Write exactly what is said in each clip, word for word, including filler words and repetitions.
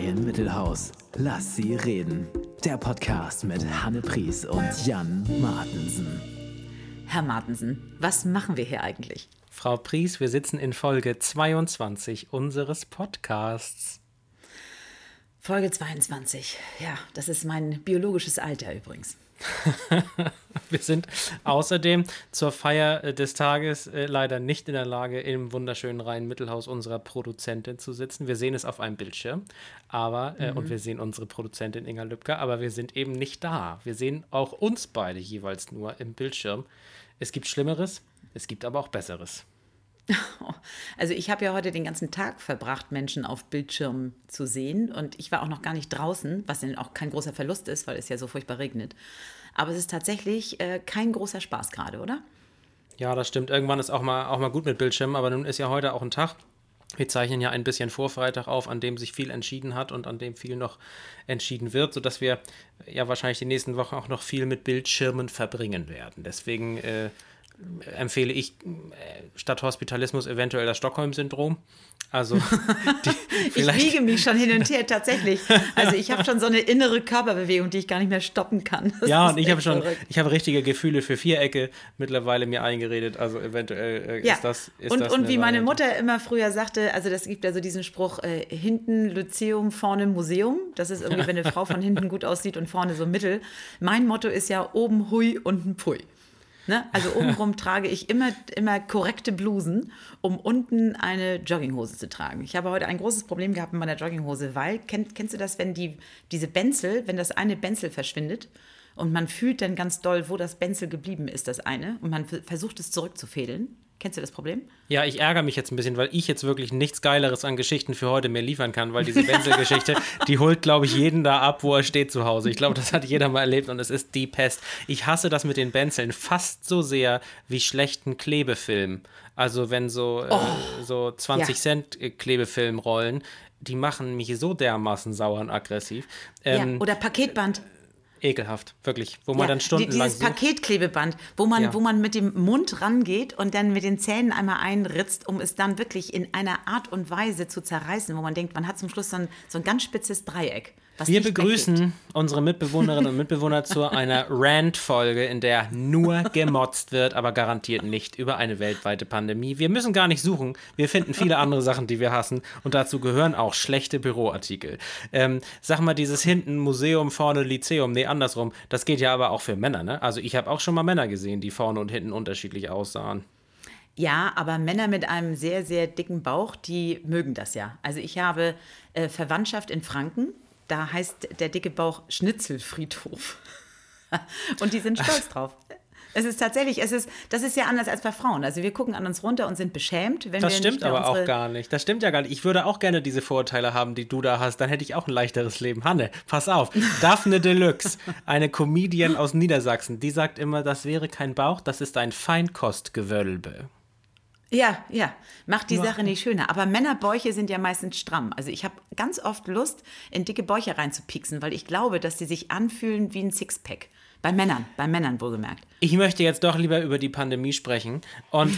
Ryan Mittelhaus. Lass sie reden. Der Podcast mit Hanne Pries und Jan Martensen. Herr Martensen, was machen wir hier eigentlich? Frau Pries, wir sitzen in Folge zweiundzwanzig unseres Podcasts. Folge zweiundzwanzig. Ja, das ist mein biologisches Alter übrigens. Wir sind außerdem zur Feier des Tages äh, leider nicht in der Lage, im wunderschönen Rhein-Mittelhaus unserer Produzentin zu sitzen. Wir sehen es auf einem Bildschirm, aber äh, mhm. und wir sehen unsere Produzentin Inga Lübcker, aber wir sind eben nicht da. Wir sehen auch uns beide jeweils nur im Bildschirm. Es gibt Schlimmeres, es gibt aber auch Besseres. Also ich habe ja heute den ganzen Tag verbracht, Menschen auf Bildschirmen zu sehen, und ich war auch noch gar nicht draußen, was dann auch kein großer Verlust ist, weil es ja so furchtbar regnet. Aber es ist tatsächlich äh, kein großer Spaß gerade, oder? Ja, das stimmt. Irgendwann ist auch mal, auch mal gut mit Bildschirmen, aber nun ist ja heute auch ein Tag. Wir zeichnen ja ein bisschen vor Freitag auf, an dem sich viel entschieden hat und an dem viel noch entschieden wird, sodass wir ja wahrscheinlich die nächsten Wochen auch noch viel mit Bildschirmen verbringen werden. Deswegen äh, empfehle ich äh, statt Hospitalismus eventuell das Stockholm-Syndrom. Also die, ich wiege mich schon hin und her, tatsächlich. Also ich habe schon so eine innere Körperbewegung, die ich gar nicht mehr stoppen kann. Das ja, und ich habe schon, verrückt. ich habe richtige Gefühle für Vierecke mittlerweile mir eingeredet. Also eventuell äh, ja. ist das ist Und, das und wie meine Variante. Mutter immer früher sagte, also das gibt ja so diesen Spruch, äh, hinten Lyzeum, vorne Museum. Das ist irgendwie, wenn eine Frau von hinten gut aussieht und vorne so mittel. Mein Motto ist ja oben hui, unten pui. Ne? Also obenrum trage ich immer, immer korrekte Blusen, um unten eine Jogginghose zu tragen. Ich habe heute ein großes Problem gehabt mit meiner Jogginghose, weil, kenn, kennst du das, wenn die, diese Benzel, wenn das eine Benzel verschwindet und man fühlt dann ganz doll, wo das Benzel geblieben ist, das eine, und man versucht es zurückzufädeln? Kennst du das Problem? Ja, ich ärgere mich jetzt ein bisschen, weil ich jetzt wirklich nichts Geileres an Geschichten für heute mehr liefern kann, weil diese Benzel-Geschichte, die holt, glaube ich, jeden da ab, wo er steht zu Hause. Ich glaube, das hat jeder mal erlebt und es ist die Pest. Ich hasse das mit den Benzeln fast so sehr wie schlechten Klebefilm. Also wenn so, oh, äh, so zwanzig ja. Cent Klebefilm rollen, die machen mich so dermaßen sauer und aggressiv. Ähm, ja, oder Paketband. Ekelhaft, wirklich. Wo man ja, dann stundenlang dieses Paketklebeband, wo man, ja. wo man mit dem Mund rangeht und dann mit den Zähnen einmal einritzt, um es dann wirklich in einer Art und Weise zu zerreißen, wo man denkt, man hat zum Schluss so ein, so ein ganz spitzes Dreieck. Wir begrüßen weggeht. unsere Mitbewohnerinnen und Mitbewohner zu einer Rant-Folge, in der nur gemotzt wird, aber garantiert nicht über eine weltweite Pandemie. Wir müssen gar nicht suchen. Wir finden viele andere Sachen, die wir hassen. Und dazu gehören auch schlechte Büroartikel. Ähm, sag mal, dieses hinten Museum, vorne Lyzeum, nee, andersrum. Das geht ja aber auch für Männer, ne? Also ich habe auch schon mal Männer gesehen, die vorne und hinten unterschiedlich aussahen. Ja, aber Männer mit einem sehr, sehr dicken Bauch, die mögen das ja. Also ich habe äh, Verwandtschaft in Franken. Da heißt der dicke Bauch Schnitzelfriedhof. Und die sind stolz drauf. Es ist tatsächlich, es ist, das ist ja anders als bei Frauen. Also wir gucken an uns runter und sind beschämt. Wenn das wir stimmt nicht aber unsere... auch gar nicht. Das stimmt ja gar nicht. Ich würde auch gerne diese Vorurteile haben, die du da hast. Dann hätte ich auch ein leichteres Leben. Hanne, pass auf. Daphne Deluxe, eine Comedian aus Niedersachsen, die sagt immer, das wäre kein Bauch, das ist ein Feinkostgewölbe. Ja, ja, macht die Sache nicht schöner. Aber Männerbäuche sind ja meistens stramm. Also ich habe ganz oft Lust, in dicke Bäuche reinzupieksen, weil ich glaube, dass die sich anfühlen wie ein Sixpack. Bei Männern, bei Männern wohlgemerkt. Ich möchte jetzt doch lieber über die Pandemie sprechen. Und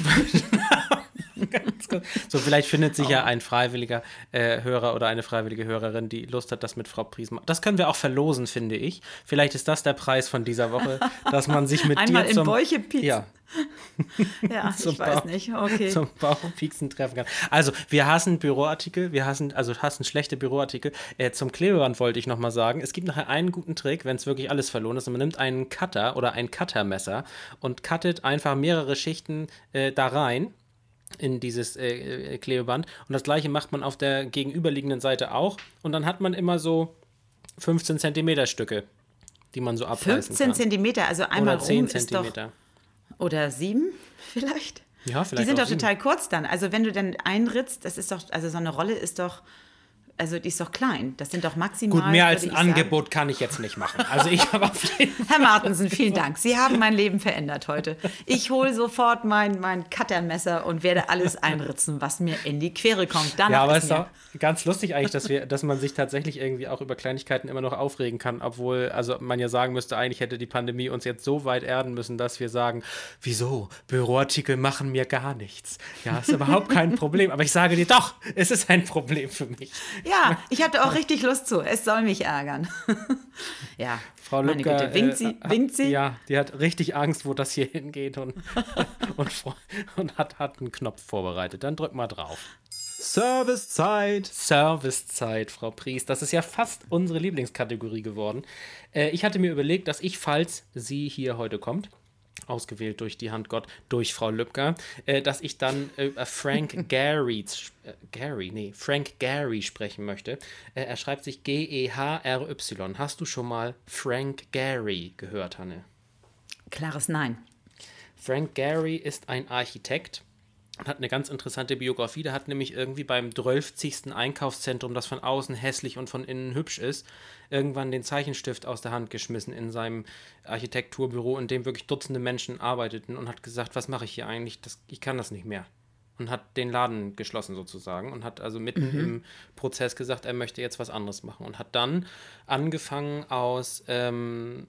so, vielleicht findet sich oh. ja ein freiwilliger äh, Hörer oder eine freiwillige Hörerin, die Lust hat, das mit Frau Pries macht. Das können wir auch verlosen, finde ich. Vielleicht ist das der Preis von dieser Woche, dass man sich mit Einmal dir zum... Einmal in Bäuche pieksen. Ja. Ja, ich weiß Bauch, nicht, okay. Zum Bauchpieksen treffen kann. Also, wir hassen Büroartikel, wir hassen, also hassen schlechte Büroartikel. Äh, zum Klebeband wollte ich nochmal sagen, es gibt nachher einen guten Trick, wenn es wirklich alles verloren ist. Und man nimmt einen Cutter oder ein Cuttermesser und cuttet einfach mehrere Schichten äh, da rein in dieses äh, Klebeband. Und das gleiche macht man auf der gegenüberliegenden Seite auch. Und dann hat man immer so fünfzehn Zentimeter Stücke, die man so abreißen fünfzehn kann. Zentimeter, also einmal oder zehn rum ist doch... Zentimeter. Oder sieben vielleicht? Ja, vielleicht Die sind auch doch sieben. total kurz dann. Also wenn du dann einritzt, das ist doch, also so eine Rolle ist doch, also die ist doch klein. Das sind doch maximal... Gut, mehr als ein Angebot kann ich jetzt nicht machen. Also ich habe auf jeden Fall... Herr Martensen, vielen Dank. Sie haben mein Leben verändert heute. Ich hole sofort mein, mein Cuttermesser und werde alles einritzen, was mir in die Quere kommt. Danach ja, aber ist es ist auch ganz lustig eigentlich, dass, wir, dass man sich tatsächlich irgendwie auch über Kleinigkeiten immer noch aufregen kann, obwohl also man ja sagen müsste, eigentlich hätte die Pandemie uns jetzt so weit erden müssen, dass wir sagen, wieso? Büroartikel machen mir gar nichts. Ja, ist überhaupt kein Problem. Aber ich sage dir doch, es ist ein Problem für mich. Ja, ich hatte auch richtig Lust zu. Es soll mich ärgern. Ja, Frau meine Lübcker, Güte. Winkt sie? äh, Winkt sie? Ja, die hat richtig Angst, wo das hier hingeht und, und, fro- und hat, hat einen Knopf vorbereitet. Dann drück mal drauf. Servicezeit. Servicezeit, Frau Pries. Das ist ja fast unsere Lieblingskategorie geworden. Äh, ich hatte mir überlegt, dass ich, falls sie hier heute kommt, ausgewählt durch die Hand Gott, durch Frau Lübcker, äh, dass ich dann über Frank Gehry, äh, Gehry, nee, Frank Gehry sprechen möchte. Äh, er schreibt sich G E H R Y. Hast du schon mal Frank Gehry gehört, Hanne? Klares Nein. Frank Gehry ist ein Architekt und hat eine ganz interessante Biografie. Der hat nämlich irgendwie beim drölfzigsten Einkaufszentrum, das von außen hässlich und von innen hübsch ist, irgendwann den Zeichenstift aus der Hand geschmissen in seinem Architekturbüro, in dem wirklich Dutzende Menschen arbeiteten, und hat gesagt, was mache ich hier eigentlich? Das, ich kann das nicht mehr. Und hat den Laden geschlossen sozusagen und hat also mitten mhm. im Prozess gesagt, er möchte jetzt was anderes machen, und hat dann angefangen aus, ähm,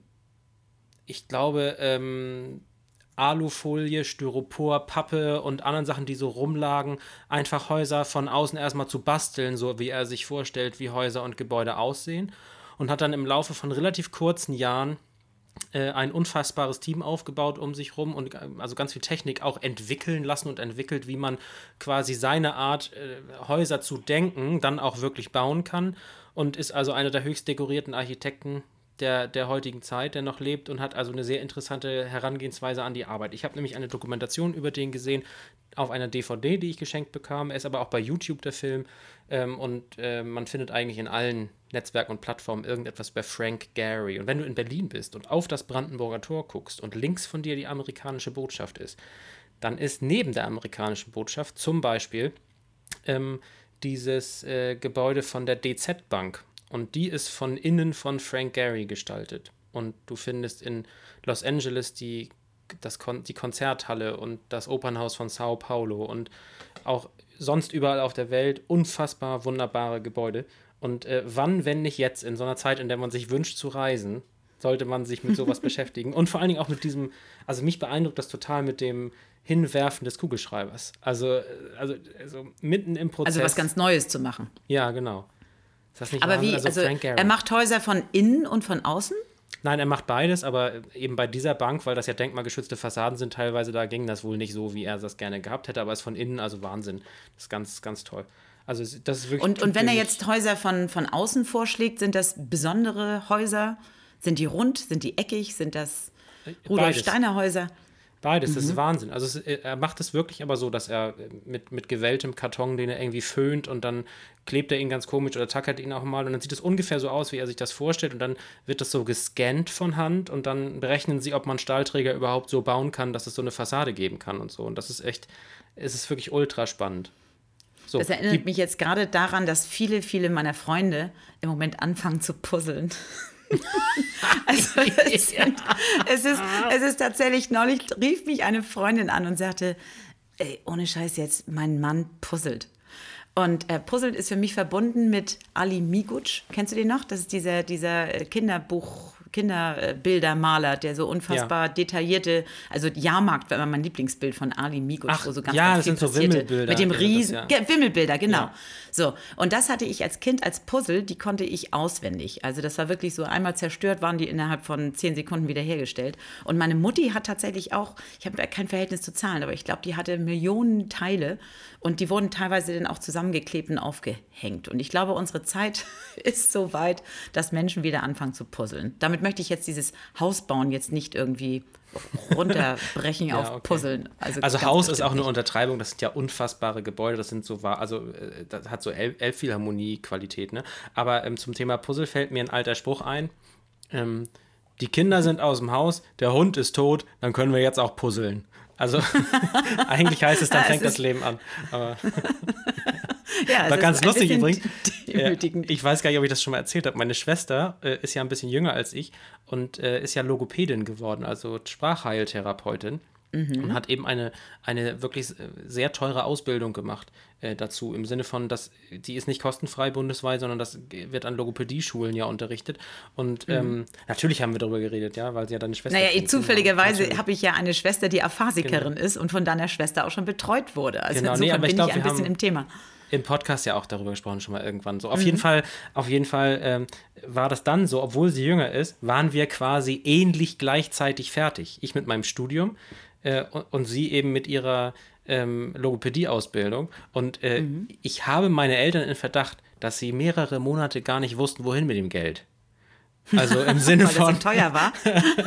ich glaube, ähm, Alufolie, Styropor, Pappe und anderen Sachen, die so rumlagen, einfach Häuser von außen erstmal zu basteln, so wie er sich vorstellt, wie Häuser und Gebäude aussehen, und hat dann im Laufe von relativ kurzen Jahren äh, ein unfassbares Team aufgebaut um sich rum und äh, also ganz viel Technik auch entwickeln lassen und entwickelt, wie man quasi seine Art, äh, Häuser zu denken, dann auch wirklich bauen kann, und ist also einer der höchst dekorierten Architekten Der, der heutigen Zeit, der noch lebt, und hat also eine sehr interessante Herangehensweise an die Arbeit. Ich habe nämlich eine Dokumentation über den gesehen auf einer D V D, die ich geschenkt bekam. Er ist aber auch bei YouTube, der Film, ähm, und äh, man findet eigentlich in allen Netzwerken und Plattformen irgendetwas bei Frank Gehry. Und wenn du in Berlin bist und auf das Brandenburger Tor guckst und links von dir die amerikanische Botschaft ist, dann ist neben der amerikanischen Botschaft zum Beispiel ähm, dieses äh, Gebäude von der D Z Bank. Und die ist von innen von Frank Gehry gestaltet. Und du findest in Los Angeles die, das Kon- die Konzerthalle und das Opernhaus von Sao Paulo und auch sonst überall auf der Welt unfassbar wunderbare Gebäude. Und äh, wann, wenn nicht jetzt, in so einer Zeit, in der man sich wünscht zu reisen, sollte man sich mit sowas beschäftigen. Und vor allen Dingen auch mit diesem, also mich beeindruckt das total mit dem Hinwerfen des Kugelschreibers. Also, also, also mitten im Prozess. Also was ganz Neues zu machen. Ja, genau. Ist das nicht Aber Wahnsinn? wie, Also, also Frank Gehry. er macht Häuser von innen und von außen? Nein, er macht beides, aber eben bei dieser Bank, weil das ja denkmalgeschützte Fassaden sind, teilweise da ging das wohl nicht so, wie er das gerne gehabt hätte, aber es ist von innen, also Wahnsinn. Das ist ganz, ganz toll. Also das ist wirklich. Und, und wenn er typisch. jetzt Häuser von, von außen vorschlägt, sind das besondere Häuser? Sind die rund? Sind die eckig? Sind das Rudolf Beides. Steiner Häuser? Beides, das ist Wahnsinn. Also es, er macht es wirklich aber so, dass er mit, mit gewelltem Karton, den er irgendwie föhnt, und dann klebt er ihn ganz komisch oder tackert ihn auch mal, und dann sieht es ungefähr so aus, wie er sich das vorstellt, und dann wird das so gescannt von Hand, und dann berechnen sie, ob man Stahlträger überhaupt so bauen kann, dass es so eine Fassade geben kann und so. Und das ist echt, es ist wirklich ultra spannend. So, Das erinnert die, mich jetzt gerade daran, dass viele, viele meiner Freunde im Moment anfangen zu puzzeln. Also es, sind, es, ist, es ist tatsächlich, neulich rief mich eine Freundin an und sagte, ey, ohne Scheiß jetzt, mein Mann puzzelt. Und äh, Puzzeln ist für mich verbunden mit Ali Miguc. Kennst du den noch? Das ist dieser, dieser Kinderbuch, Kinderbildermaler, der so unfassbar ja. detaillierte, also Jahrmarkt war immer mein Lieblingsbild von Ali Miguc, Ach, wo so ganz, ja, ganz viel das sind so passierte. Wimmelbilder. Mit dem Ja, riesen, das, ja. Wimmelbilder, genau. Ja. So, und das hatte ich als Kind als Puzzle, die konnte ich auswendig. Also das war wirklich so, einmal zerstört, waren die innerhalb von zehn Sekunden wiederhergestellt. Und meine Mutti hat tatsächlich auch, ich habe da kein Verhältnis zu Zahlen, aber ich glaube, die hatte Millionen Teile, und die wurden teilweise dann auch zusammengeklebt und aufgehängt. Und ich glaube, unsere Zeit ist so weit, dass Menschen wieder anfangen zu puzzeln. Damit möchte ich jetzt dieses Haus bauen jetzt nicht irgendwie runterbrechen Ja, auf okay. Puzzeln. Also, Also ganz Haus ist bestimmt auch eine nicht. Untertreibung, das sind ja unfassbare Gebäude, das sind so, wahr- also äh, das hat so El- Elbphilharmonie-Qualität, ne? Aber ähm, zum Thema Puzzle fällt mir ein alter Spruch ein. Ähm, die Kinder sind aus dem Haus, der Hund ist tot, dann können wir jetzt auch puzzeln. Also eigentlich heißt es, dann Ah, es fängt das ist- Leben an. Aber Ja, es war ist ganz ein lustig bisschen übrigens. demütigend. Äh, Ich weiß gar nicht, ob ich das schon mal erzählt habe. Meine Schwester äh, ist ja ein bisschen jünger als ich und äh, ist ja Logopädin geworden, also Sprachheiltherapeutin. Mhm. Und hat eben eine, eine wirklich sehr teure Ausbildung gemacht äh, dazu, im Sinne von, dass die ist nicht kostenfrei bundesweit, sondern das wird an Logopädie-Schulen ja unterrichtet. Und ähm, natürlich haben wir darüber geredet, ja, weil sie ja deine Schwester Mhm. Naja, kennt. zufälligerweise Natürlich. habe ich ja eine Schwester, die Aphasikerin ist und von deiner Schwester auch schon betreut wurde. Also Genau, nee, insofern aber ich bin glaub, ich ein wir bisschen haben- im Thema. im Podcast ja auch darüber gesprochen, schon mal irgendwann so. Auf mhm. jeden Fall, auf jeden Fall ähm, war das dann so, obwohl sie jünger ist, waren wir quasi ähnlich gleichzeitig fertig. Ich mit meinem Studium äh, und, und sie eben mit ihrer ähm, Logopädie-Ausbildung. Und äh, mhm. ich habe meine Eltern in Verdacht, dass sie mehrere Monate gar nicht wussten, wohin mit dem Geld. Also im Sinne Weil von. das so teuer war.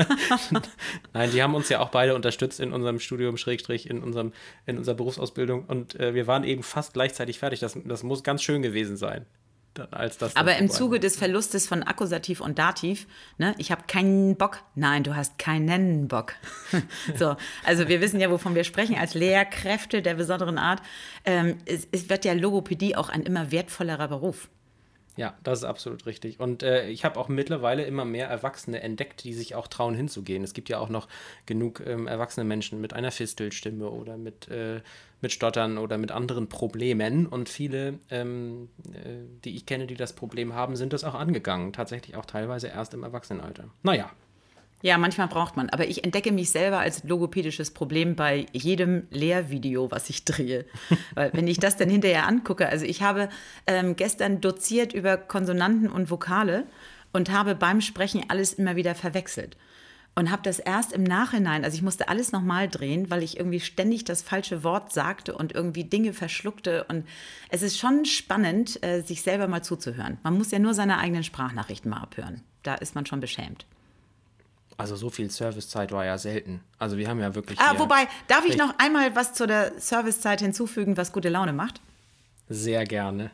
Nein, die haben uns ja auch beide unterstützt in unserem Studium, Schrägstrich, in, unserem, in unserer Berufsausbildung. Und äh, wir waren eben fast gleichzeitig fertig. Das, das muss ganz schön gewesen sein. Dann, als das Aber im vorbei Zuge war. des Verlustes von Akkusativ und Dativ, ne, ich habe keinen Bock. Nein, du hast keinen Bock. So, also wir wissen ja, wovon wir sprechen, als Lehrkräfte der besonderen Art. Ähm, es, es wird ja Logopädie auch ein immer wertvollerer Beruf. Ja, das ist absolut richtig. Und äh, ich habe auch mittlerweile immer mehr Erwachsene entdeckt, die sich auch trauen hinzugehen. Es gibt ja auch noch genug ähm, erwachsene Menschen mit einer Fistelstimme oder mit, äh, mit Stottern oder mit anderen Problemen. Und viele, ähm, äh, die ich kenne, die das Problem haben, sind das auch angegangen. Tatsächlich auch teilweise erst im Erwachsenenalter. Naja. Ja, manchmal braucht man. Aber ich entdecke mich selber als logopädisches Problem bei jedem Lehrvideo, was ich drehe. Weil wenn ich das dann hinterher angucke, also ich habe ähm, gestern doziert über Konsonanten und Vokale und habe beim Sprechen alles immer wieder verwechselt. Und habe das erst im Nachhinein, also ich musste alles nochmal drehen, weil ich irgendwie ständig das falsche Wort sagte und irgendwie Dinge verschluckte. Und es ist schon spannend, äh, sich selber mal zuzuhören. Man muss ja nur seine eigenen Sprachnachrichten mal abhören. Da ist man schon beschämt. Also so viel Servicezeit war ja selten. Also wir haben ja wirklich... Ah, wobei, darf ich noch einmal was zu der Servicezeit hinzufügen, was gute Laune macht? Sehr gerne.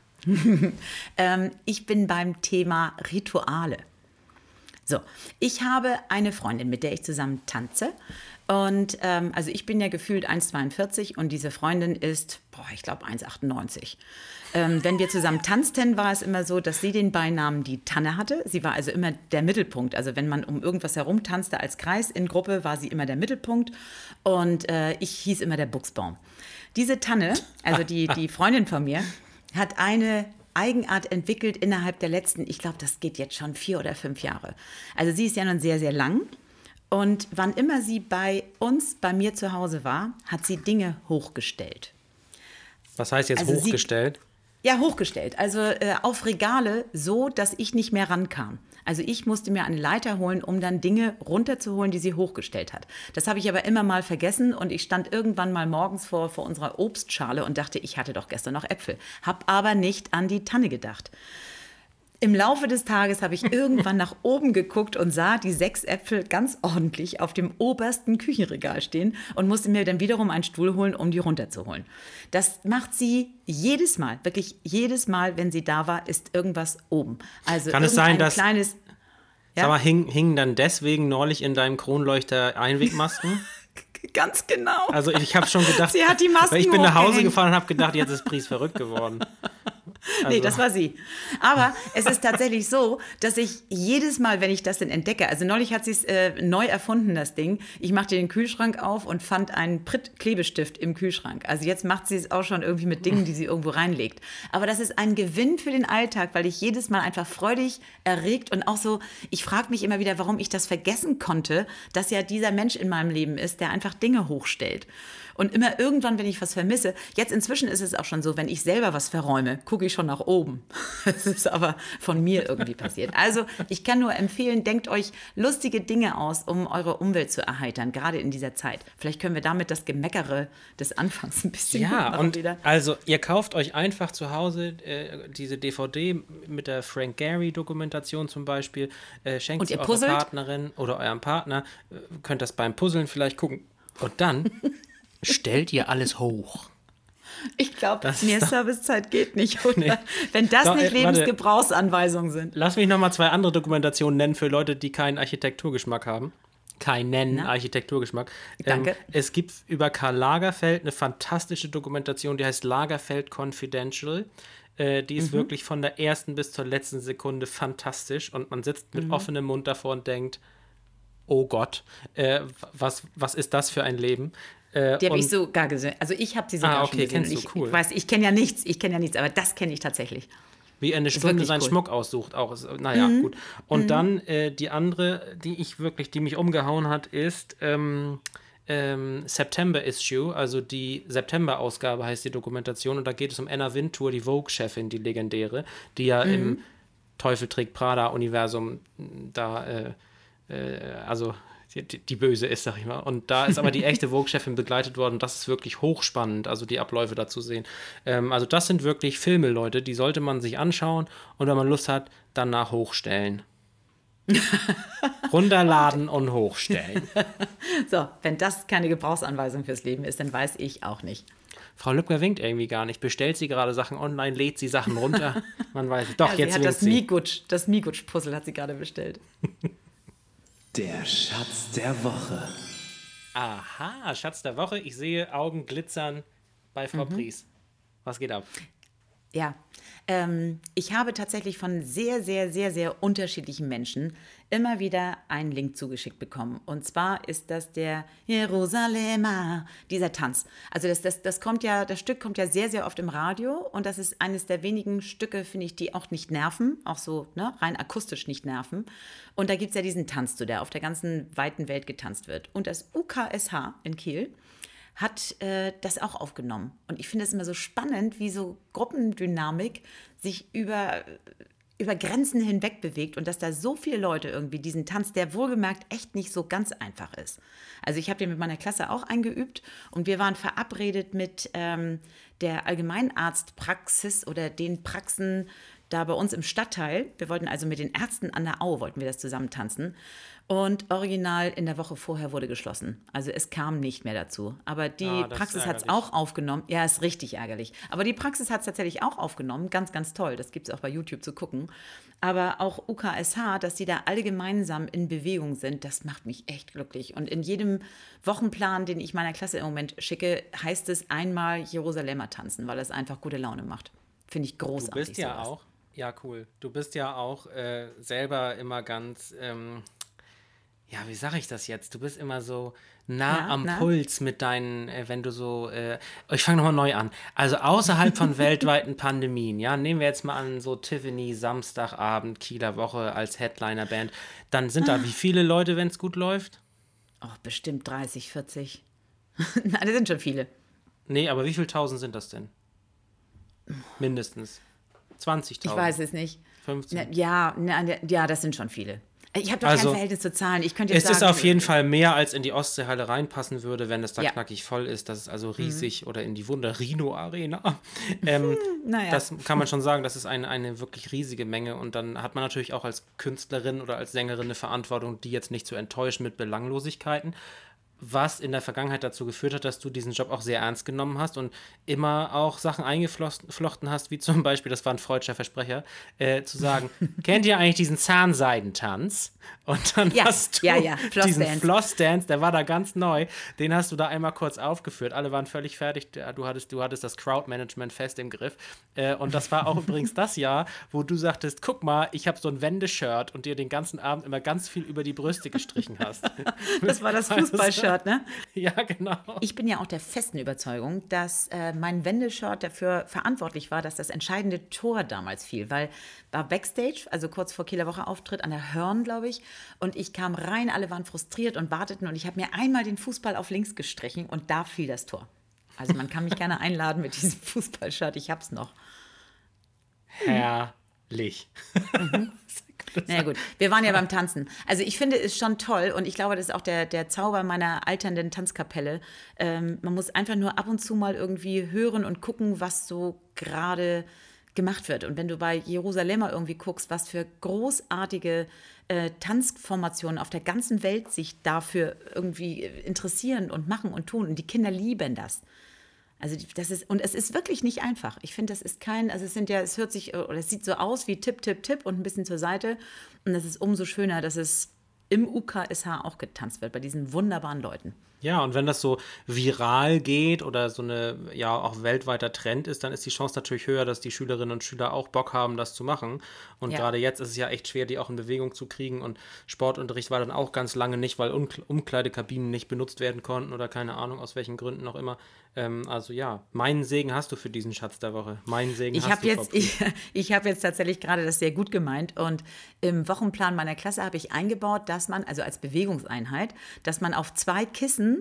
ähm, ich bin beim Thema Rituale. So, ich habe eine Freundin, mit der ich zusammen tanze. Und ähm, also ich bin ja gefühlt eins Komma zweiundvierzig und diese Freundin ist, boah, ich glaube eins Komma achtundneunzig. Ähm, wenn wir zusammen tanzten, war es immer so, dass sie den Beinamen die Tanne hatte. Sie war also immer der Mittelpunkt. Also wenn man um irgendwas herum tanzte als Kreis in Gruppe, war sie immer der Mittelpunkt. Und äh, ich hieß immer der Buchsbaum. Diese Tanne, also die, die Freundin von mir, hat eine Eigenart entwickelt innerhalb der letzten, ich glaube, das geht jetzt schon vier oder fünf Jahre. Also sie ist ja nun sehr, sehr lang. Und wann immer sie bei uns, bei mir zu Hause war, hat sie Dinge hochgestellt. Was heißt jetzt also hochgestellt? Sie, ja, hochgestellt. Also äh, auf Regale, so dass ich nicht mehr rankam. Also ich musste mir eine Leiter holen, um dann Dinge runterzuholen, die sie hochgestellt hat. Das habe ich aber immer mal vergessen und ich stand irgendwann mal morgens vor, vor unserer Obstschale und dachte, ich hatte doch gestern noch Äpfel. Hab aber nicht an die Tanne gedacht. Im Laufe des Tages habe ich irgendwann nach oben geguckt und sah die sechs Äpfel ganz ordentlich auf dem obersten Küchenregal stehen und musste mir dann wiederum einen Stuhl holen, um die runterzuholen. Das macht sie jedes Mal, wirklich jedes Mal, wenn sie da war, ist irgendwas oben. Also kann es sein, dass kleines, ja? Sag mal, hingen hing dann deswegen neulich in deinem Kronleuchter Einwegmasken? Ganz genau. Also ich habe schon gedacht, sie hat die Masken ich bin nach Hause hochgehängt. gefahren und habe gedacht, jetzt ist Pries verrückt geworden. Also. Nee, das war sie. Aber es ist tatsächlich so, dass ich jedes Mal, wenn ich das denn entdecke, also neulich hat sie es äh, neu erfunden, das Ding. Ich machte den Kühlschrank auf und fand einen Pritt-Klebestift im Kühlschrank. Also jetzt macht sie es auch schon irgendwie mit Dingen, die sie irgendwo reinlegt. Aber das ist ein Gewinn für den Alltag, weil ich jedes Mal einfach freudig erregt und auch so, ich frage mich immer wieder, warum ich das vergessen konnte, dass ja dieser Mensch in meinem Leben ist, der einfach Dinge hochstellt. Und immer irgendwann, wenn ich was vermisse, jetzt inzwischen ist es auch schon so, wenn ich selber was verräume, gucke ich schon nach oben. Das ist aber von mir irgendwie passiert. Also ich kann nur empfehlen, denkt euch lustige Dinge aus, um eure Umwelt zu erheitern, gerade in dieser Zeit. Vielleicht können wir damit das Gemeckere des Anfangs ein bisschen ja, gut machen und wieder. Also ihr kauft euch einfach zu Hause äh, diese D V D mit der Frank Gehry-Dokumentation zum Beispiel, äh, schenkt Und sie ihr eurer puzzelt? Partnerin oder eurem Partner, äh, könnt das beim Puzzeln vielleicht gucken. Und dann stellt ihr alles hoch. Ich glaube, Das mehr ist doch- Servicezeit geht nicht, oder? Nee. Wenn das Doch, nicht äh, warte. Lebensgebrauchsanweisungen sind. Lass mich noch mal zwei andere Dokumentationen nennen für Leute, die keinen Architekturgeschmack haben. Keinen Na? Architekturgeschmack. Danke. Ähm, es gibt über Karl Lagerfeld eine fantastische Dokumentation, die heißt Lagerfeld Confidential. Äh, die ist Mhm. wirklich von der ersten bis zur letzten Sekunde fantastisch und man sitzt mit Mhm. offenem Mund davor und denkt, oh Gott, äh, was, was ist das für ein Leben? Äh, Die habe und- ich sogar gesehen. Also ich habe sie sogar Ah, schon okay, gesehen. kennst du, ich, cool. ich weiß, ich kenne ja nichts, ich kenne ja nichts, aber das kenne ich tatsächlich. Wie er eine Stunde wirklich seinen cool. Schmuck aussucht, auch. Ist, naja, Mhm. gut. Und dann äh, die andere, die ich wirklich, die mich umgehauen hat, ist, ähm, ähm, September Issue, also die September-Ausgabe heißt die Dokumentation, und da geht es um Anna Wintour, die Vogue-Chefin, die legendäre, die ja mhm. im Teufel trägt Prada-Universum da, äh, äh, also die, die böse ist, sag ich mal. Und da ist aber die echte Vogue-Chefin begleitet worden. Das ist wirklich hochspannend, also die Abläufe da zu sehen. Ähm, also das sind wirklich Filme, Leute, die sollte man sich anschauen und wenn man Lust hat, danach hochstellen. Runterladen und hochstellen. So, wenn das keine Gebrauchsanweisung fürs Leben ist, dann weiß ich auch nicht. Frau Lübcker winkt irgendwie gar nicht. Bestellt sie gerade Sachen online, lädt sie Sachen runter? Man weiß es. Doch, ja, jetzt sie hat winkt das sie. Migutsch, das Migutsch-Puzzle hat sie gerade bestellt. Der Schatz der Woche. Aha, Schatz der Woche. Ich sehe Augen glitzern bei Frau mhm. Pries. Was geht ab? Ja, ähm, ich habe tatsächlich von sehr, sehr, sehr, sehr unterschiedlichen Menschen immer wieder einen Link zugeschickt bekommen. Und zwar ist das der Jerusalemer, dieser Tanz. Also das, das, das kommt ja, das Stück kommt ja sehr, sehr oft im Radio und das ist eines der wenigen Stücke, finde ich, die auch nicht nerven, auch so ne, rein akustisch nicht nerven. Und da gibt es ja diesen Tanz, zu der auf der ganzen weiten Welt getanzt wird. Und das U K S H in Kiel hat äh, das auch aufgenommen. Und ich finde es immer so spannend, wie so Gruppendynamik sich über, über Grenzen hinweg bewegt und dass da so viele Leute irgendwie diesen Tanz, der wohlgemerkt echt nicht so ganz einfach ist. Also ich habe den mit meiner Klasse auch eingeübt und wir waren verabredet mit ähm, der Allgemeinarztpraxis oder den Praxen da bei uns im Stadtteil. Wir wollten also mit den Ärzten an der Au, wollten wir das zusammen tanzen. Und original in der Woche vorher wurde geschlossen. Also es kam nicht mehr dazu. Aber die ah, Praxis hat es auch aufgenommen. Ja, ist richtig ärgerlich. Aber die Praxis hat es tatsächlich auch aufgenommen. Ganz, ganz toll. Das gibt es auch bei YouTube zu gucken. Aber auch U K S H, dass die da alle gemeinsam in Bewegung sind, das macht mich echt glücklich. Und in jedem Wochenplan, den ich meiner Klasse im Moment schicke, heißt es einmal Jerusalemer tanzen, weil es einfach gute Laune macht. Finde ich großartig. Du bist ja sowas. auch, ja cool, du bist ja auch äh, selber immer ganz... Ähm Ja, wie sage ich das jetzt? Du bist immer so nah ja, am na? Puls mit deinen, äh, wenn du so, äh, ich fange nochmal neu an. Also außerhalb von weltweiten Pandemien, ja, nehmen wir jetzt mal an, so Tiffany, Samstagabend, Kieler Woche als Headliner-Band, dann sind da wie viele Leute, wenn es gut läuft? Oh, bestimmt dreißig, vierzig. Nein, das sind schon viele. Nee, aber wie viele Tausend sind das denn? Mindestens. zwanzigtausend. Ich weiß es nicht. fünfzehn. Ja, ja, das sind schon viele. Ich habe doch also, kein Verhältnis zu Zahlen. Ich könnte jetzt es sagen, ist auf jeden Fall mehr, als in die Ostseehalle reinpassen würde, wenn es da ja. knackig voll ist. Das ist also riesig. Mhm. Oder in die Wunder-Rhino-Arena. Ähm, naja. Das kann man schon sagen, das ist eine, eine wirklich riesige Menge. Und dann hat man natürlich auch als Künstlerin oder als Sängerin eine Verantwortung, die jetzt nicht zu enttäuschen mit Belanglosigkeiten. Was in der Vergangenheit dazu geführt hat, dass du diesen Job auch sehr ernst genommen hast und immer auch Sachen eingeflochten hast, wie zum Beispiel, das war ein freudscher Versprecher, äh, zu sagen, kennt ihr eigentlich diesen Zahnseidentanz? Und dann ja, hast du ja, ja. Floss diesen Dance. Floss-Dance, der war da ganz neu, den hast du da einmal kurz aufgeführt. Alle waren völlig fertig, du hattest, du hattest das Crowd-Management fest im Griff. Äh, und das war auch übrigens das Jahr, wo du sagtest, guck mal, ich habe so ein Wendeshirt und dir den ganzen Abend immer ganz viel über die Brüste gestrichen hast. Das war das Fußballshirt. Ne? Ja, genau. Ich bin ja auch der festen Überzeugung, dass äh, mein Wendeshirt dafür verantwortlich war, dass das entscheidende Tor damals fiel, weil war Backstage, also kurz vor Kieler Woche Auftritt an der Hörn, glaube ich, und ich kam rein, alle waren frustriert und warteten und ich habe mir einmal den Fußball auf links gestrichen und da fiel das Tor. Also man kann mich gerne einladen mit diesem Fußballshirt, ich hab's noch. Herrlich. Mhm. Na ja, gut, wir waren ja beim Tanzen. Also ich finde es schon toll und ich glaube, das ist auch der, der Zauber meiner alternden Tanzkapelle. Ähm, man muss einfach nur ab und zu mal irgendwie hören und gucken, was so gerade gemacht wird. Und wenn du bei Jerusalemer irgendwie guckst, was für großartige äh, Tanzformationen auf der ganzen Welt sich dafür irgendwie interessieren und machen und tun. Und die Kinder lieben das. Also das ist, und es ist wirklich nicht einfach. Ich finde, das ist kein, also es sind ja, es hört sich, oder es sieht so aus wie Tipp, Tipp, Tipp und ein bisschen zur Seite. Und das ist umso schöner, dass es im U K S H auch getanzt wird, bei diesen wunderbaren Leuten. Ja, und wenn das so viral geht oder so eine, ja, auch weltweiter Trend ist, dann ist die Chance natürlich höher, dass die Schülerinnen und Schüler auch Bock haben, das zu machen. Und ja. gerade jetzt ist es ja echt schwer, die auch in Bewegung zu kriegen. Und Sportunterricht war dann auch ganz lange nicht, weil Umkleidekabinen nicht benutzt werden konnten oder keine Ahnung, aus welchen Gründen auch immer. Ähm, also ja, meinen Segen hast du für diesen Schatz der Woche. Meinen Segen ich hast du. Jetzt, ich ich habe jetzt tatsächlich gerade das sehr gut gemeint. Und im Wochenplan meiner Klasse habe ich eingebaut, dass man, also als Bewegungseinheit, dass man auf zwei Kissen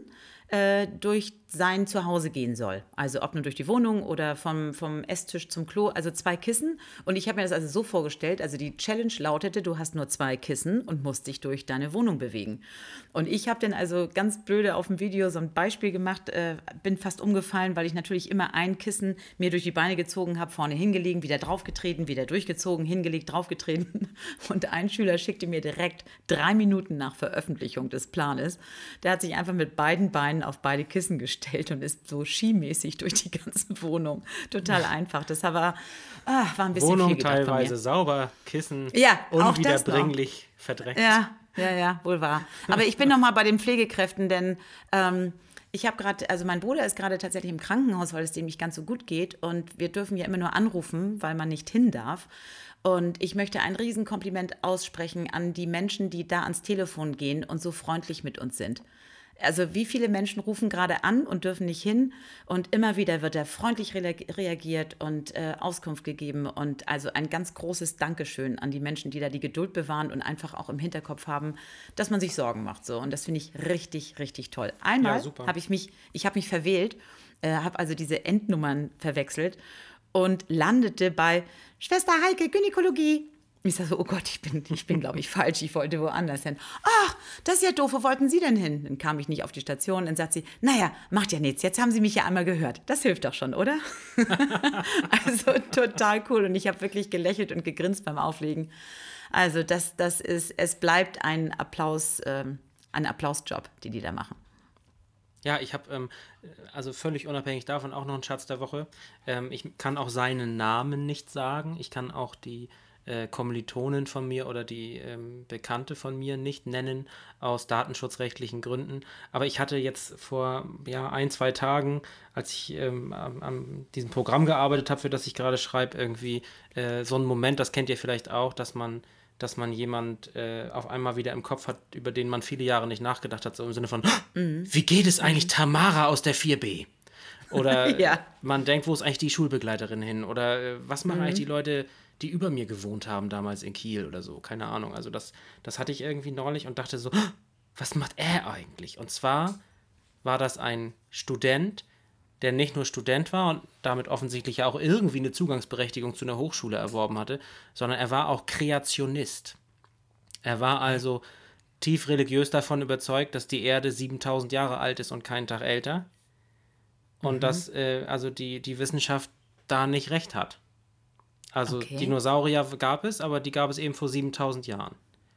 äh, durch sein Zuhause gehen soll. Also ob nur durch die Wohnung oder vom, vom Esstisch zum Klo, also zwei Kissen. Und ich habe mir das also so vorgestellt, also die Challenge lautete, du hast nur zwei Kissen und musst dich durch deine Wohnung bewegen. Und ich habe dann also ganz blöde auf dem Video so ein Beispiel gemacht, äh, bin fast umgefallen, weil ich natürlich immer ein Kissen mir durch die Beine gezogen habe, vorne hingelegen, wieder draufgetreten, wieder durchgezogen, hingelegt, draufgetreten. Und ein Schüler schickte mir direkt drei Minuten nach Veröffentlichung des Planes, der hat sich einfach mit beiden Beinen auf beide Kissen gestellt und ist so skimäßig durch die ganze Wohnung. Total einfach. Das war, ah, war ein bisschen Wohnung viel gedacht teilweise von mir. sauber, Kissen Ja, auch unwiederbringlich verdreckt. Ja, ja, ja, wohl wahr. Aber ich bin noch mal bei den Pflegekräften, denn ähm, ich habe gerade, also mein Bruder ist gerade tatsächlich im Krankenhaus, weil es dem nicht ganz so gut geht und wir dürfen ja immer nur anrufen, weil man nicht hin darf. Und ich möchte ein Riesenkompliment aussprechen an die Menschen, die da ans Telefon gehen und so freundlich mit uns sind. Also wie viele Menschen rufen gerade an und dürfen nicht hin und immer wieder wird da freundlich reagiert und äh, Auskunft gegeben und also ein ganz großes Dankeschön an die Menschen, die da die Geduld bewahren und einfach auch im Hinterkopf haben, dass man sich Sorgen macht. So. Und das finde ich richtig, richtig toll. Einmal Ja, habe ich mich, ich habe mich verwählt, äh, habe also diese Endnummern verwechselt und landete bei Schwester Heike, Gynäkologie. Ich sage so, oh Gott, ich bin, ich bin glaube ich, falsch, ich wollte woanders hin. Ach, das ist ja doof, wo wollten Sie denn hin? Dann kam ich nicht auf die Station, dann sagt sie, naja, macht ja nichts, jetzt haben Sie mich ja einmal gehört. Das hilft doch schon, oder? Also total cool und ich habe wirklich gelächelt und gegrinst beim Auflegen. Also das, das ist, es bleibt ein Applaus, ähm, ein Applausjob, die die da machen. Ja, ich habe, ähm, also völlig unabhängig davon, auch noch einen Schatz der Woche. Ähm, ich kann auch seinen Namen nicht sagen. Ich kann auch die äh, Kommilitonin von mir oder die ähm, Bekannte von mir nicht nennen, aus datenschutzrechtlichen Gründen. Aber ich hatte jetzt vor ja, ein, zwei Tagen, als ich ähm, an, an diesem Programm gearbeitet habe, für das ich gerade schreibe, irgendwie äh, so einen Moment, das kennt ihr vielleicht auch, dass man dass man jemand äh, auf einmal wieder im Kopf hat, über den man viele Jahre nicht nachgedacht hat, so im Sinne von, mhm. wie geht es eigentlich Tamara aus der vier B? Oder ja. man denkt, wo ist eigentlich die Schulbegleiterin hin? Oder äh, was machen mhm. eigentlich die Leute, die über mir gewohnt haben, damals in Kiel oder so? Keine Ahnung. Also das, das hatte ich irgendwie neulich und dachte so, was macht er eigentlich? Und zwar war das ein Student, der nicht nur Student war und damit offensichtlich ja auch irgendwie eine Zugangsberechtigung zu einer Hochschule erworben hatte, sondern er war auch Kreationist. Er war also tief religiös davon überzeugt, dass die Erde siebentausend Jahre alt ist und keinen Tag älter und mhm. dass äh, also die, die Wissenschaft da nicht recht hat. Also okay. Dinosaurier gab es, aber die gab es eben vor siebentausend Jahren.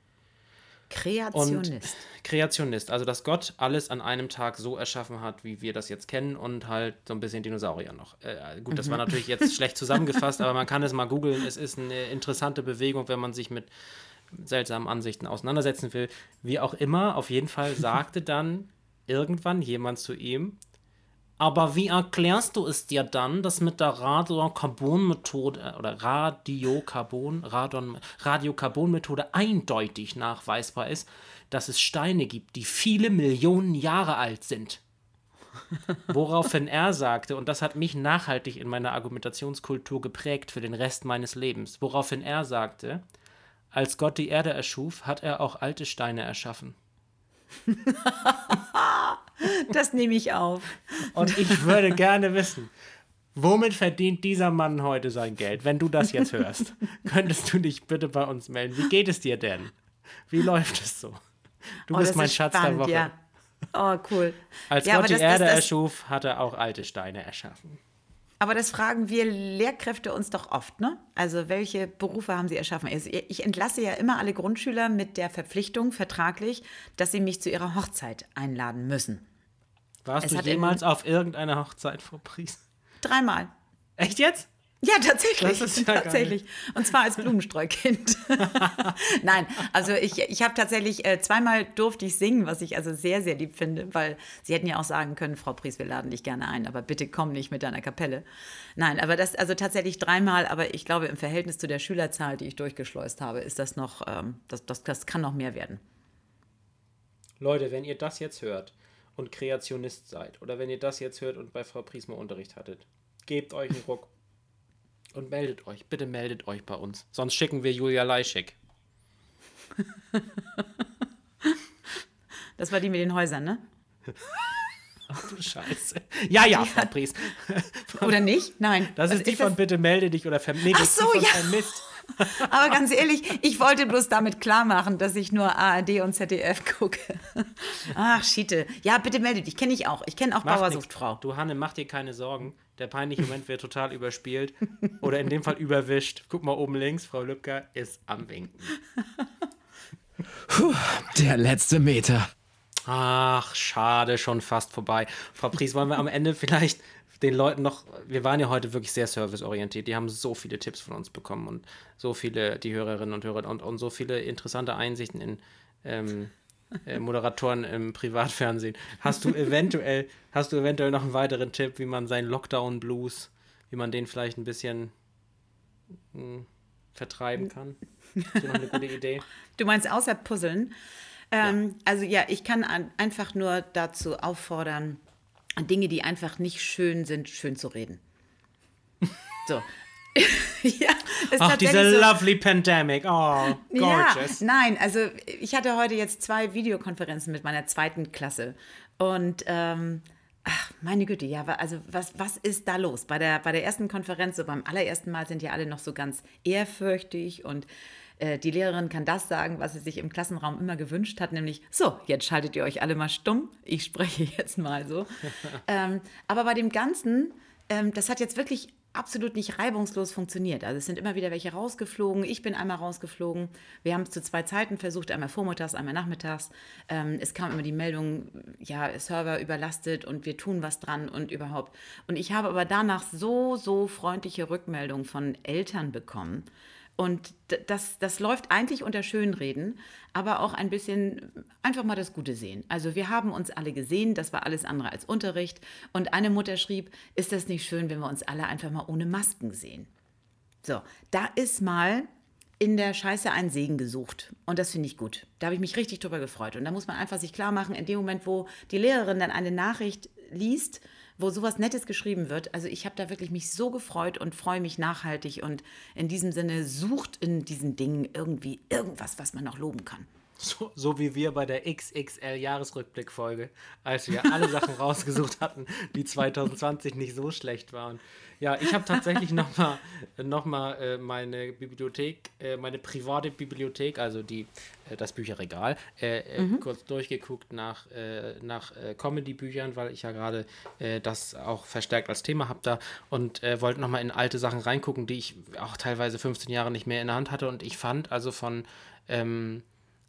Kreationist. Und Kreationist, also dass Gott alles an einem Tag so erschaffen hat, wie wir das jetzt kennen und halt so ein bisschen Dinosaurier noch. Äh, gut, das mhm. war natürlich jetzt schlecht zusammengefasst, aber man kann es mal googeln. Es ist eine interessante Bewegung, wenn man sich mit seltsamen Ansichten auseinandersetzen will. Wie auch immer, auf jeden Fall sagte dann irgendwann jemand zu ihm, aber wie erklärst du es dir dann, dass mit der Radiokarbon-Methode oder Radiokarbon, Radon, Radiokarbon-Methode eindeutig nachweisbar ist, dass es Steine gibt, die viele Millionen Jahre alt sind? Woraufhin er sagte, und das hat mich nachhaltig in meiner Argumentationskultur geprägt für den Rest meines Lebens, woraufhin er sagte, als Gott die Erde erschuf, hat er auch alte Steine erschaffen. Das nehme ich auf. Und ich würde gerne wissen, womit verdient dieser Mann heute sein Geld? Wenn du das jetzt hörst, könntest du dich bitte bei uns melden. Wie geht es dir denn? Wie läuft es so? Du oh, bist mein Schatz spannend, der Woche. Ja. Oh, cool. Als ja, Gott die das, Erde das, das, erschuf, hat er auch alte Steine erschaffen. Aber das fragen wir Lehrkräfte uns doch oft, ne? Also welche Berufe haben sie erschaffen? Also ich entlasse ja immer alle Grundschüler mit der Verpflichtung vertraglich, dass sie mich zu ihrer Hochzeit einladen müssen. Warst es du jemals auf irgendeiner Hochzeit, Frau Pries? Dreimal. Echt jetzt? Ja, tatsächlich. Das ist ja tatsächlich. Und zwar als Blumenstreukind. Nein, also ich, ich habe tatsächlich äh, zweimal durfte ich singen, was ich also sehr, sehr lieb finde, weil sie hätten ja auch sagen können, Frau Pries, wir laden dich gerne ein, aber bitte komm nicht mit deiner Kapelle. Nein, aber das also tatsächlich dreimal, aber ich glaube, im Verhältnis zu der Schülerzahl, die ich durchgeschleust habe, ist das noch, ähm, das, das, das kann noch mehr werden. Leute, wenn ihr das jetzt hört und Kreationist seid oder wenn ihr das jetzt hört und bei Frau Pries mal Unterricht hattet, gebt euch einen Ruck. Und meldet euch, bitte meldet euch bei uns. Sonst schicken wir Julia Leischek. Das war die mit den Häusern, ne? Ach du Scheiße. Ja, ja, Frau Pries. Oder nicht? Nein. Das ist die ist von das? Bitte melde dich oder vermelde Ach so, die von ja. Vermisst. Aber ganz ehrlich, ich wollte bloß damit klar machen, dass ich nur A R D und Z D F gucke. Ach, Schiete. Ja, bitte melde dich. Kenne ich auch. Ich kenne auch Macht Bauer nix. sucht Frau. Du, Hanne, mach dir keine Sorgen. Der peinliche Moment wird total überspielt. Oder in dem Fall überwischt. Guck mal oben links, Frau Lübcker ist am Winken. Puh, der letzte Meter. Ach, schade, schon fast vorbei. Frau Pries, wollen wir am Ende vielleicht den Leuten noch, wir waren ja heute wirklich sehr serviceorientiert, die haben so viele Tipps von uns bekommen und so viele, die Hörerinnen und Hörer und, und so viele interessante Einsichten in ähm, äh, Moderatoren im Privatfernsehen. Hast du eventuell, hast du eventuell noch einen weiteren Tipp, wie man seinen Lockdown-Blues, wie man den vielleicht ein bisschen mh, vertreiben kann? Hast du noch eine gute Idee? Du meinst außer Puzzeln? Ähm, ja. Also ja, ich kann an, einfach nur dazu auffordern, Dinge, die einfach nicht schön sind, schön zu reden. So. Ja, ist Ach, diese so, lovely pandemic. Oh, gorgeous. Ja, nein, also ich hatte heute jetzt zwei Videokonferenzen mit meiner zweiten Klasse. Und ähm, ach, meine Güte, ja, also was, was ist da los? Bei der, bei der ersten Konferenz, so beim allerersten Mal sind ja alle noch so ganz ehrfürchtig und die Lehrerin kann das sagen, was sie sich im Klassenraum immer gewünscht hat, nämlich, so, jetzt schaltet ihr euch alle mal stumm, ich spreche jetzt mal so. ähm, aber bei dem Ganzen, ähm, das hat jetzt wirklich absolut nicht reibungslos funktioniert. Also es sind immer wieder welche rausgeflogen, ich bin einmal rausgeflogen, wir haben es zu zwei Zeiten versucht, einmal vormittags, einmal nachmittags. Ähm, es kam immer die Meldung, ja, Server überlastet und wir tun was dran und überhaupt. Und ich habe aber danach so, so freundliche Rückmeldungen von Eltern bekommen. Und das, das läuft eigentlich unter Schönreden, aber auch ein bisschen einfach mal das Gute sehen. Also wir haben uns alle gesehen, das war alles andere als Unterricht. Und eine Mutter schrieb, ist das nicht schön, wenn wir uns alle einfach mal ohne Masken sehen? So, da ist mal in der Scheiße ein Segen gesucht. Und das finde ich gut. Da habe ich mich richtig drüber gefreut. Und da muss man einfach sich klar machen, in dem Moment, wo die Lehrerin dann eine Nachricht liest, wo sowas Nettes geschrieben wird. Also ich habe da wirklich mich so gefreut und freue mich nachhaltig. Und in diesem Sinne, sucht in diesen Dingen irgendwie irgendwas, was man noch loben kann. So, so wie wir bei der X X L-Jahresrückblick-Folge, als wir alle Sachen rausgesucht hatten, die zwanzig zwanzig nicht so schlecht waren. Ja, ich habe tatsächlich nochmal noch mal, äh, meine Bibliothek, äh, meine private Bibliothek, also die, äh, das Bücherregal, äh, mhm. äh, kurz durchgeguckt nach, äh, nach äh, Comedy-Büchern, weil ich ja gerade äh, das auch verstärkt als Thema habe da und äh, wollte nochmal in alte Sachen reingucken, die ich auch teilweise fünfzehn Jahre nicht mehr in der Hand hatte. Und ich fand also von ähm,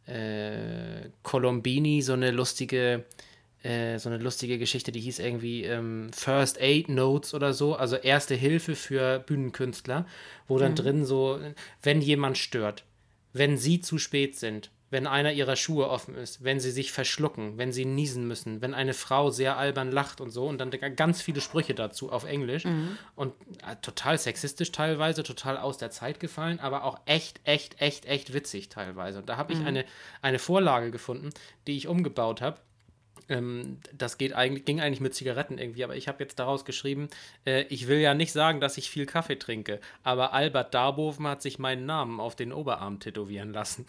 äh, Colombini so eine lustige äh, so eine lustige Geschichte, die hieß irgendwie ähm, First Aid Notes oder so, also Erste Hilfe für Bühnenkünstler, wo dann mhm. drin so, wenn jemand stört, wenn sie zu spät sind, wenn einer ihrer Schuhe offen ist, wenn sie sich verschlucken, wenn sie niesen müssen, wenn eine Frau sehr albern lacht und so und dann ganz viele Sprüche dazu auf Englisch mhm. und äh, total sexistisch teilweise, total aus der Zeit gefallen, aber auch echt, echt, echt, echt witzig teilweise. Und da habe ich mhm. eine, eine Vorlage gefunden, die ich umgebaut habe. Ähm, das geht eigentlich, ging eigentlich mit Zigaretten irgendwie, aber ich habe jetzt daraus geschrieben, äh, ich will ja nicht sagen, dass ich viel Kaffee trinke, aber Albert Darboven hat sich meinen Namen auf den Oberarm tätowieren lassen.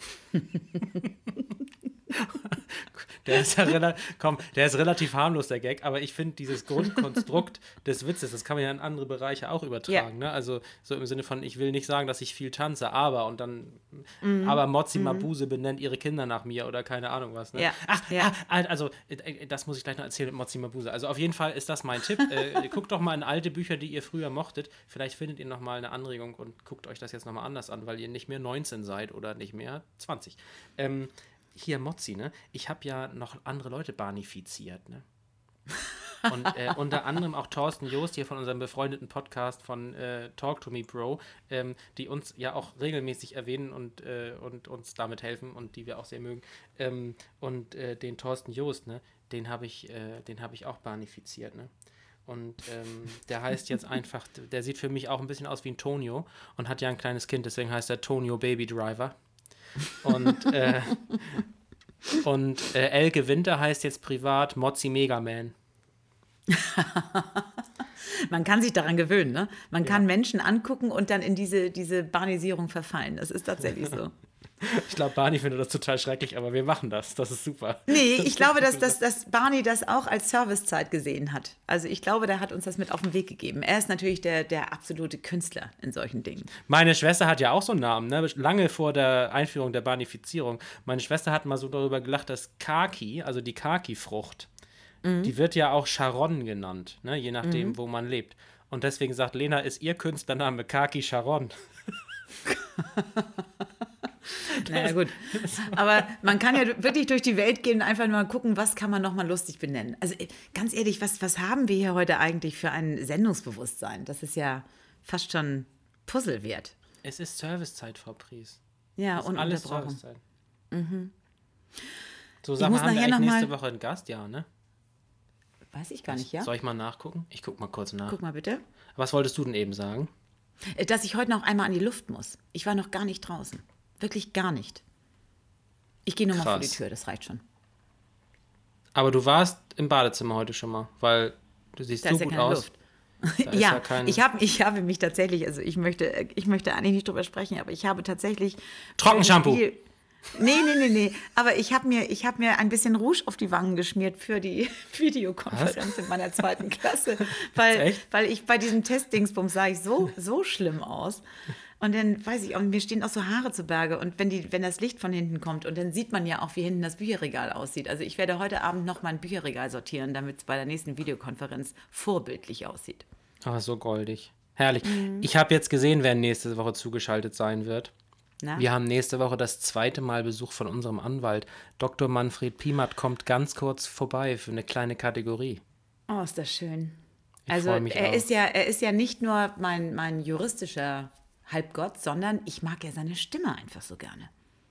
Der ist ja relativ, komm, der ist relativ harmlos, der Gag, aber ich finde dieses Grundkonstrukt des Witzes, das kann man ja in andere Bereiche auch übertragen, ja. ne? Also so im Sinne von, ich will nicht sagen, dass ich viel tanze, aber und dann, mhm. aber Mozzi mhm. Mabuse benennt ihre Kinder nach mir oder keine Ahnung was, ne? Ja. Ach, ja. ah, also das muss ich gleich noch erzählen mit Mozzi Mabuse. Also auf jeden Fall ist das mein Tipp. äh, guckt doch mal in alte Bücher, die ihr früher mochtet. Vielleicht findet ihr noch mal eine Anregung und guckt euch das jetzt noch mal anders an, weil ihr nicht mehr neunzehn seid oder nicht mehr zwanzig. Ähm, Hier, Mozzi, ne? Ich habe ja noch andere Leute barnifiziert, ne? Und äh, unter anderem auch Thorsten Joost hier von unserem befreundeten Podcast von äh, Talk to Me Bro, ähm, die uns ja auch regelmäßig erwähnen und, äh, und uns damit helfen und die wir auch sehr mögen. Ähm, und äh, den Thorsten Joost, ne? Den habe ich, äh, den habe ich auch barnifiziert, ne? Und ähm, der heißt jetzt einfach, der sieht für mich auch ein bisschen aus wie ein Tonio und hat ja ein kleines Kind, deswegen heißt er Tonio Baby Driver. Und, äh, und äh, Elke Winter heißt jetzt privat Mozzi Megaman. Man kann sich daran gewöhnen, ne? Man ja. kann Menschen angucken und dann in diese, diese Barnisierung verfallen. Das ist tatsächlich so. Ich glaube, Barney findet das total schrecklich, aber wir machen das. Das ist super. Nee, das ich glaube, dass, dass, dass Barney das auch als Servicezeit gesehen hat. Also ich glaube, der hat uns das mit auf den Weg gegeben. Er ist natürlich der, der absolute Künstler in solchen Dingen. Meine Schwester hat ja auch so einen Namen, ne? Lange vor der Einführung der Barnifizierung. Meine Schwester hat mal so darüber gelacht, dass Kaki, also die Kaki-Frucht, mhm. die wird ja auch Charon genannt, ne? Je nachdem, mhm. wo man lebt. Und deswegen sagt Lena, ist ihr Künstlername Kaki Charon. Naja, gut. Aber man kann ja wirklich durch die Welt gehen und einfach nur mal gucken, was kann man nochmal lustig benennen. Also ganz ehrlich, was, was haben wir hier heute eigentlich für ein Sendungsbewusstsein? Das ist ja fast schon Puzzle wert. Es ist Servicezeit, Frau Pries. Ja, es ist und alles unterbrochen. Servicezeit. Mhm. So, sag mal, haben wir nachher eigentlich noch nächste mal Woche einen Gast? Ja, ne? Weiß ich gar nicht, ja? Soll ich mal nachgucken? Ich guck mal kurz nach. Guck mal bitte. Was wolltest du denn eben sagen? Dass ich heute noch einmal an die Luft muss. Ich war noch gar nicht draußen. Wirklich gar nicht. Ich gehe nur mal vor die Tür, das reicht schon. Aber du warst im Badezimmer heute schon mal, weil du siehst da so ist ja gut keine aus. Luft. Ja, ja, keine... ich, hab, ich habe mich tatsächlich, also ich möchte, ich möchte eigentlich nicht drüber sprechen, aber ich habe tatsächlich... Trockenshampoo. Viel, nee, nee, nee, nee. Aber ich habe mir, ich hab mir ein bisschen Rouge auf die Wangen geschmiert für die Videokonferenz in meiner zweiten Klasse. Weil, weil ich bei diesem Testdingsbums sah ich so, so schlimm aus. Und dann weiß ich auch, mir stehen auch so Haare zu Berge. Und wenn, die, wenn das Licht von hinten kommt, und dann sieht man ja auch, wie hinten das Bücherregal aussieht. Also ich werde heute Abend noch mein Bücherregal sortieren, damit es bei der nächsten Videokonferenz vorbildlich aussieht. Ah, so goldig. Herrlich. Mhm. Ich habe jetzt gesehen, wer nächste Woche zugeschaltet sein wird. Na? Wir haben nächste Woche das zweite Mal Besuch von unserem Anwalt. Doktor Manfred Piemert kommt ganz kurz vorbei für eine kleine Kategorie. Oh, ist das schön. Ich also er auch. ist ja, er ist ja nicht nur mein, mein juristischer Halbgott, sondern ich mag ja seine Stimme einfach so gerne.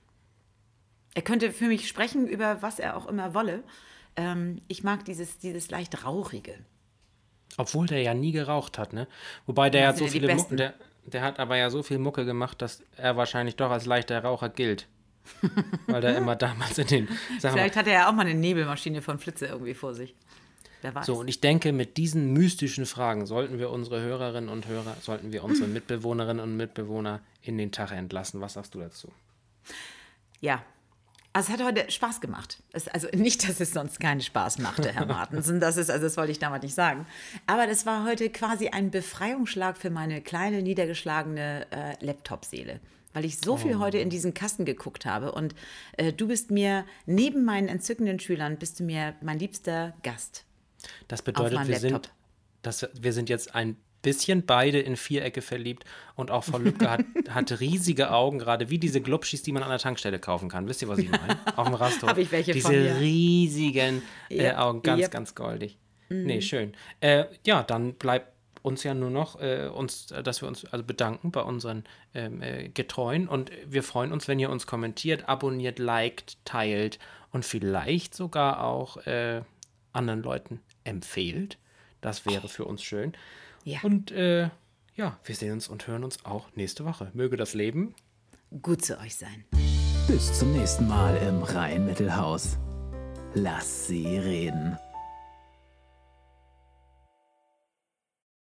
Er könnte für mich sprechen, über was er auch immer wolle. Ähm, ich mag dieses, dieses leicht Rauchige. Obwohl der ja nie geraucht hat, ne? Wobei der Ja, hat so sind ja die viele Besten. Mucke, der, der hat aber ja so viel Mucke gemacht, dass er wahrscheinlich doch als leichter Raucher gilt. Weil der immer damals in den... Sag Vielleicht mal, hat er ja auch mal eine Nebelmaschine von Flitze irgendwie vor sich. Wer weiß. So, und ich denke, mit diesen mystischen Fragen sollten wir unsere Hörerinnen und Hörer, sollten wir unsere Mitbewohnerinnen und Mitbewohner in den Tag entlassen. Was sagst du dazu? Ja, also es hat heute Spaß gemacht. Es, also nicht, dass es sonst keinen Spaß machte, Herr Martensen. Das ist, also das wollte ich damals nicht sagen. Aber das war heute quasi ein Befreiungsschlag für meine kleine, niedergeschlagene äh, Laptop-Seele. Weil ich so viel Oh. heute in diesen Kasten geguckt habe. Und äh, du bist mir, neben meinen entzückenden Schülern, bist du mir mein liebster Gast. Das bedeutet, meinem wir sind, Laptop. dass wir, wir sind jetzt ein bisschen beide in Vierecke verliebt und auch Frau Lübcke hat, hat riesige Augen, gerade wie diese Glubschis, die man an der Tankstelle kaufen kann. Wisst ihr, was ich meine? Auf dem Rasthof. Hab ich welche diese von, ja. riesigen äh, Yep, Augen, ganz, yep. ganz goldig. Mhm. Nee, schön. Äh, ja, dann bleibt uns ja nur noch, äh, uns, dass wir uns also bedanken bei unseren ähm, äh, Getreuen und wir freuen uns, wenn ihr uns kommentiert, abonniert, liked, teilt und vielleicht sogar auch äh, anderen Leuten empfehlt. Das wäre für uns schön. Ja. Und äh, ja, wir sehen uns und hören uns auch nächste Woche. Möge das Leben Gut zu euch sein. Bis zum nächsten Mal im Rhein-Mittelhaus. Lass sie reden.